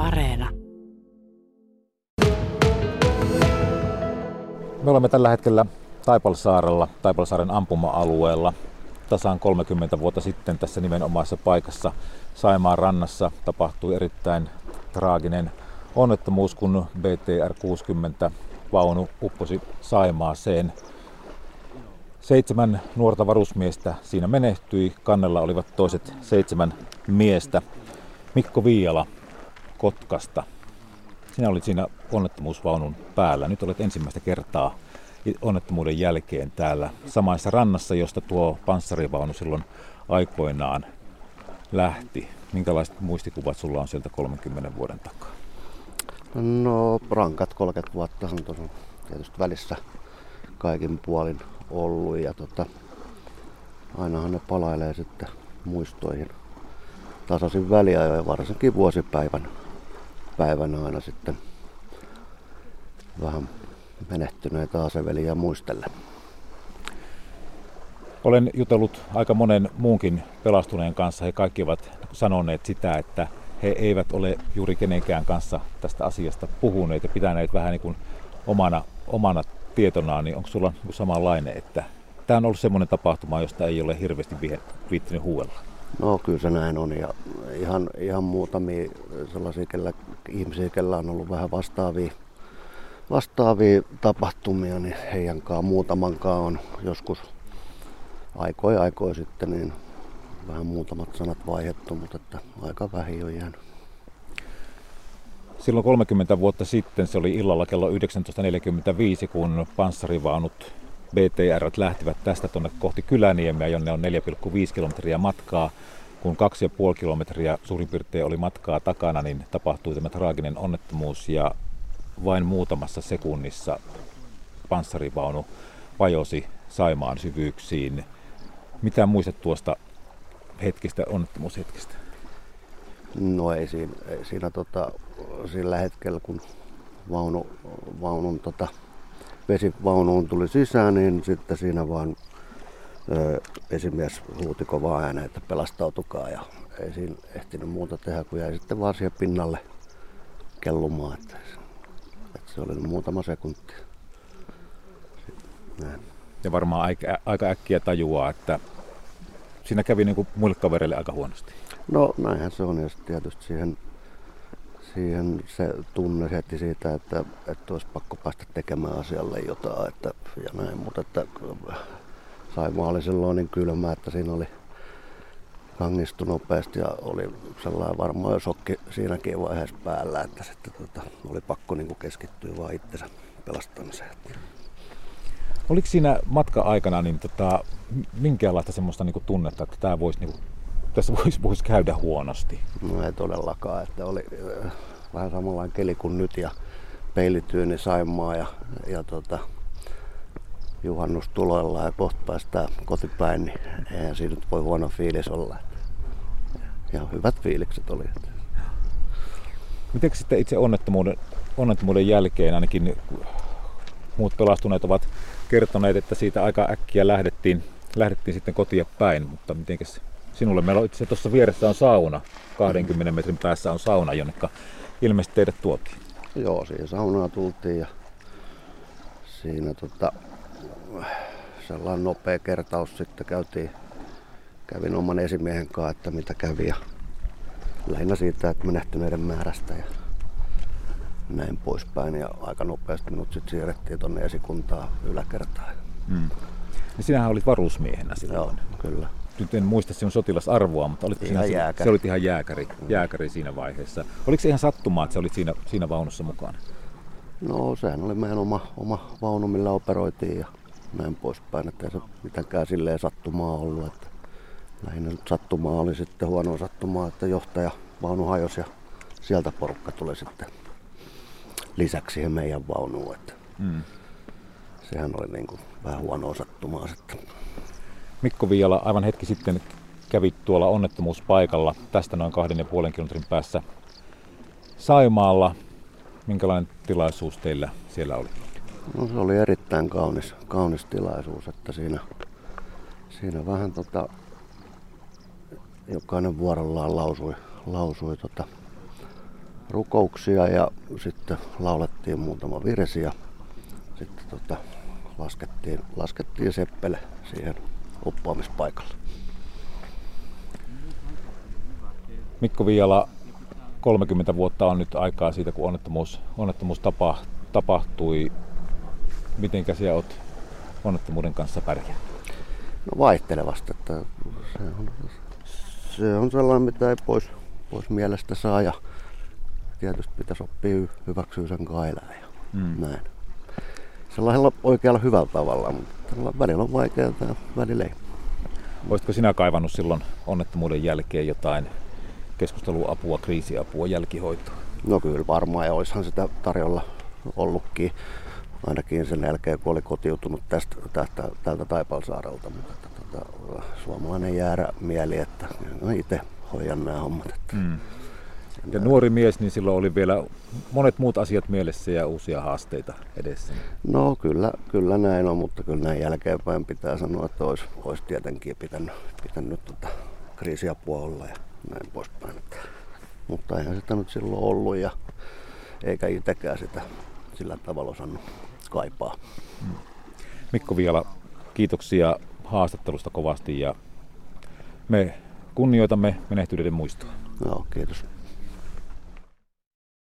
Areena. Me olemme tällä hetkellä Taipalsaarella, Taipalsaaren ampuma-alueella. Tasaan 30 vuotta sitten tässä nimenomaisessa paikassa Saimaan rannassa tapahtui erittäin traaginen onnettomuus, kun BTR-60 vaunu upposi Saimaaseen. 7 nuorta varusmiestä siinä menehtyi, kannella olivat toiset 7 miestä. Mikko Viiala Kotkasta, sinä olit siinä onnettomuusvaunun päällä. Nyt olet ensimmäistä kertaa onnettomuuden jälkeen täällä samaisessa rannassa, josta tuo panssarivaunu silloin aikoinaan lähti. Minkälaiset muistikuvat sulla on sieltä 30 vuoden takaa? No rankat 30 vuotta on tuossa tietysti välissä kaikin puolin ollut ja ainahan ne palailee sitten muistoihin tasaisin väliajoin, varsinkin vuosipäivän aina sitten vähän menehtyneitä aseveliä muistellen. Olen jutellut aika monen muunkin pelastuneen kanssa. He kaikki ovat sanoneet sitä, että he eivät ole juuri kenenkään kanssa tästä asiasta puhuneet ja pitäneet vähän niin kuin omana tietonaan. Niin onko sulla niin samanlainen, että tämä on ollut semmoinen tapahtuma, josta ei ole hirveästi viittinyt huuella? No kyllä se näin on ja ihan muutamia sellaisia ihmisiä, kellä on ollut vähän vastaavia tapahtumia, niin heidänkaan muutamankaan on joskus aikoi sitten niin vähän muutamat sanat vaihdettu, mutta että aika vähin on jäänyt. Silloin 30 vuotta sitten, se oli illalla kello 19.45, kun panssarivaunut BTR lähtivät tästä tuonne kohti Kyläniemeä, jonne on 4,5 kilometriä matkaa. Kun 2,5 kilometriä suurin piirtein oli matkaa takana, niin tapahtui tämä traaginen onnettomuus ja vain muutamassa sekunnissa panssarivaunu vajosi Saimaan syvyyksiin. Mitä muistat tuosta hetkestä, onnettomuushetkestä? No ei siinä sillä hetkellä, kun vaunun vesivaunuun tuli sisään, niin sitten siinä vaan esimies huuti kovaa ääneen, että pelastautukaa, ja ei siinä ehtinyt muuta tehdä, kun jäi sitten vaan siihen pinnalle kellumaan, että se oli muutama sekunti. Näin. Ja varmaan aika äkkiä tajuaa, että siinä kävi niin kuin muille kavereille aika huonosti. No näinhän se on, ja sitten tietysti siihen se tunne heti siitä, että olisi pakko päästä tekemään asialle jotain ja näin, mutta että Saimaa oli silloin niin kylmä, että siinä oli kangistui nopeasti ja oli sellainen varmaan jo shokki siinäkin vaiheessa päällä, että sitten oli pakko niin kuin keskittyä vaan itsensä pelastamiseen. Oliko siinä matka-aikana niin minkäänlaista semmoista niin kuin tunnetta, että tämä voisi, niin kuin, tässä voisi käydä huonosti? No ei todellakaan, että oli vähän samanlainen keli kuin nyt ja peilityyni Saimaa ja juhannustuloilla ja kohta päästään kotipäin, niin eihän siinä nyt voi huono fiilis olla. Ja hyvät fiilikset oli. Miten sitten itse onnettomuuden jälkeen ainakin muut pelastuneet ovat kertoneet, että siitä aika äkkiä lähdettiin sitten kotia päin, mutta mitenkäs sinulle? Meillä on itse tuossa vieressä on sauna, 20 metrin päässä on sauna, jonne ilmeisesti teidät tuotiin. Joo, siihen saunaan tultiin ja siinä sellainen nopea kertaus sitten kävin oman esimiehen kanssa, että mitä kävi ja lähinnä siitä, että menehtyneiden määrästä ja näin poispäin ja aika nopeasti minut sitten siirrettiin tuonne esikuntaan yläkertaan. Ja sinähän olit varusmiehenä silloin. Joo, kyllä. Nyt en muista sinun sotilasarvoa, mutta olit se olit ihan jääkäri siinä vaiheessa. Oliko se ihan sattumaa, että sä olit siinä vaunussa mukana? No sehän oli meidän oma vaunu, millä operoitiin ja näin poispäin, että ei se mitenkään silleen sattumaa ollut. Että lähinnä nyt sattumaa oli sitten huonoa sattumaa, että johtaja vaunu hajosi ja sieltä porukka tuli sitten lisäksi siihen meidän vaunuun. Että sehän oli niin kuin vähän huonoa sattumaa sitten. Mikko Viiala, aivan hetki sitten kävit tuolla onnettomuuspaikalla tästä noin 2,5 kilometrin päässä Saimaalla. Minkälainen tilaisuus teillä siellä oli? No se oli erittäin kaunis tilaisuus, että siinä vähän jokainen vuorollaan lausui rukouksia ja sitten laulettiin muutama virsi ja sitten laskettiin seppele siihen uppoamispaikalle. Mikko Viiala, 30 vuotta on nyt aikaa siitä, kun onnettomuus tapahtui. Mitenkä sinä olet onnettomuuden kanssa pärjää? No vaihtelevasti, että se on sellainen, mitä ei pois mielestä saa ja tietysti pitäisi oppia hyväksyä sen kailaa ja näin. Sellaisella oikealla hyvällä tavalla, mutta välillä on vaikeaa ja välillä ei. Olisitko sinä kaivannut silloin onnettomuuden jälkeen jotain keskusteluapua, kriisiapua, jälkihoitoa? No kyllä varmaan, ja olisihan sitä tarjolla ollutkin ainakin sen jälkeen, kun oli kotiutunut tältä Taipalsaarelta. Mutta suomalainen jäärä mieli, että itse hoidan nämä hommat. Ja nuori mies, niin silloin oli vielä monet muut asiat mielessä ja uusia haasteita edessä. No kyllä näin on, mutta kyllä näin jälkeenpäin pitää sanoa, että olisi tietenkin pitänyt kriisiapua olla ja näin poispäin. Mutta eihän sitä nyt silloin ollut ja eikä itsekään sitä sillä tavalla osannut kaipaa. Mikko Viiala, kiitoksia haastattelusta kovasti ja me kunnioitamme menehtyneiden muistoa. Joo, kiitos.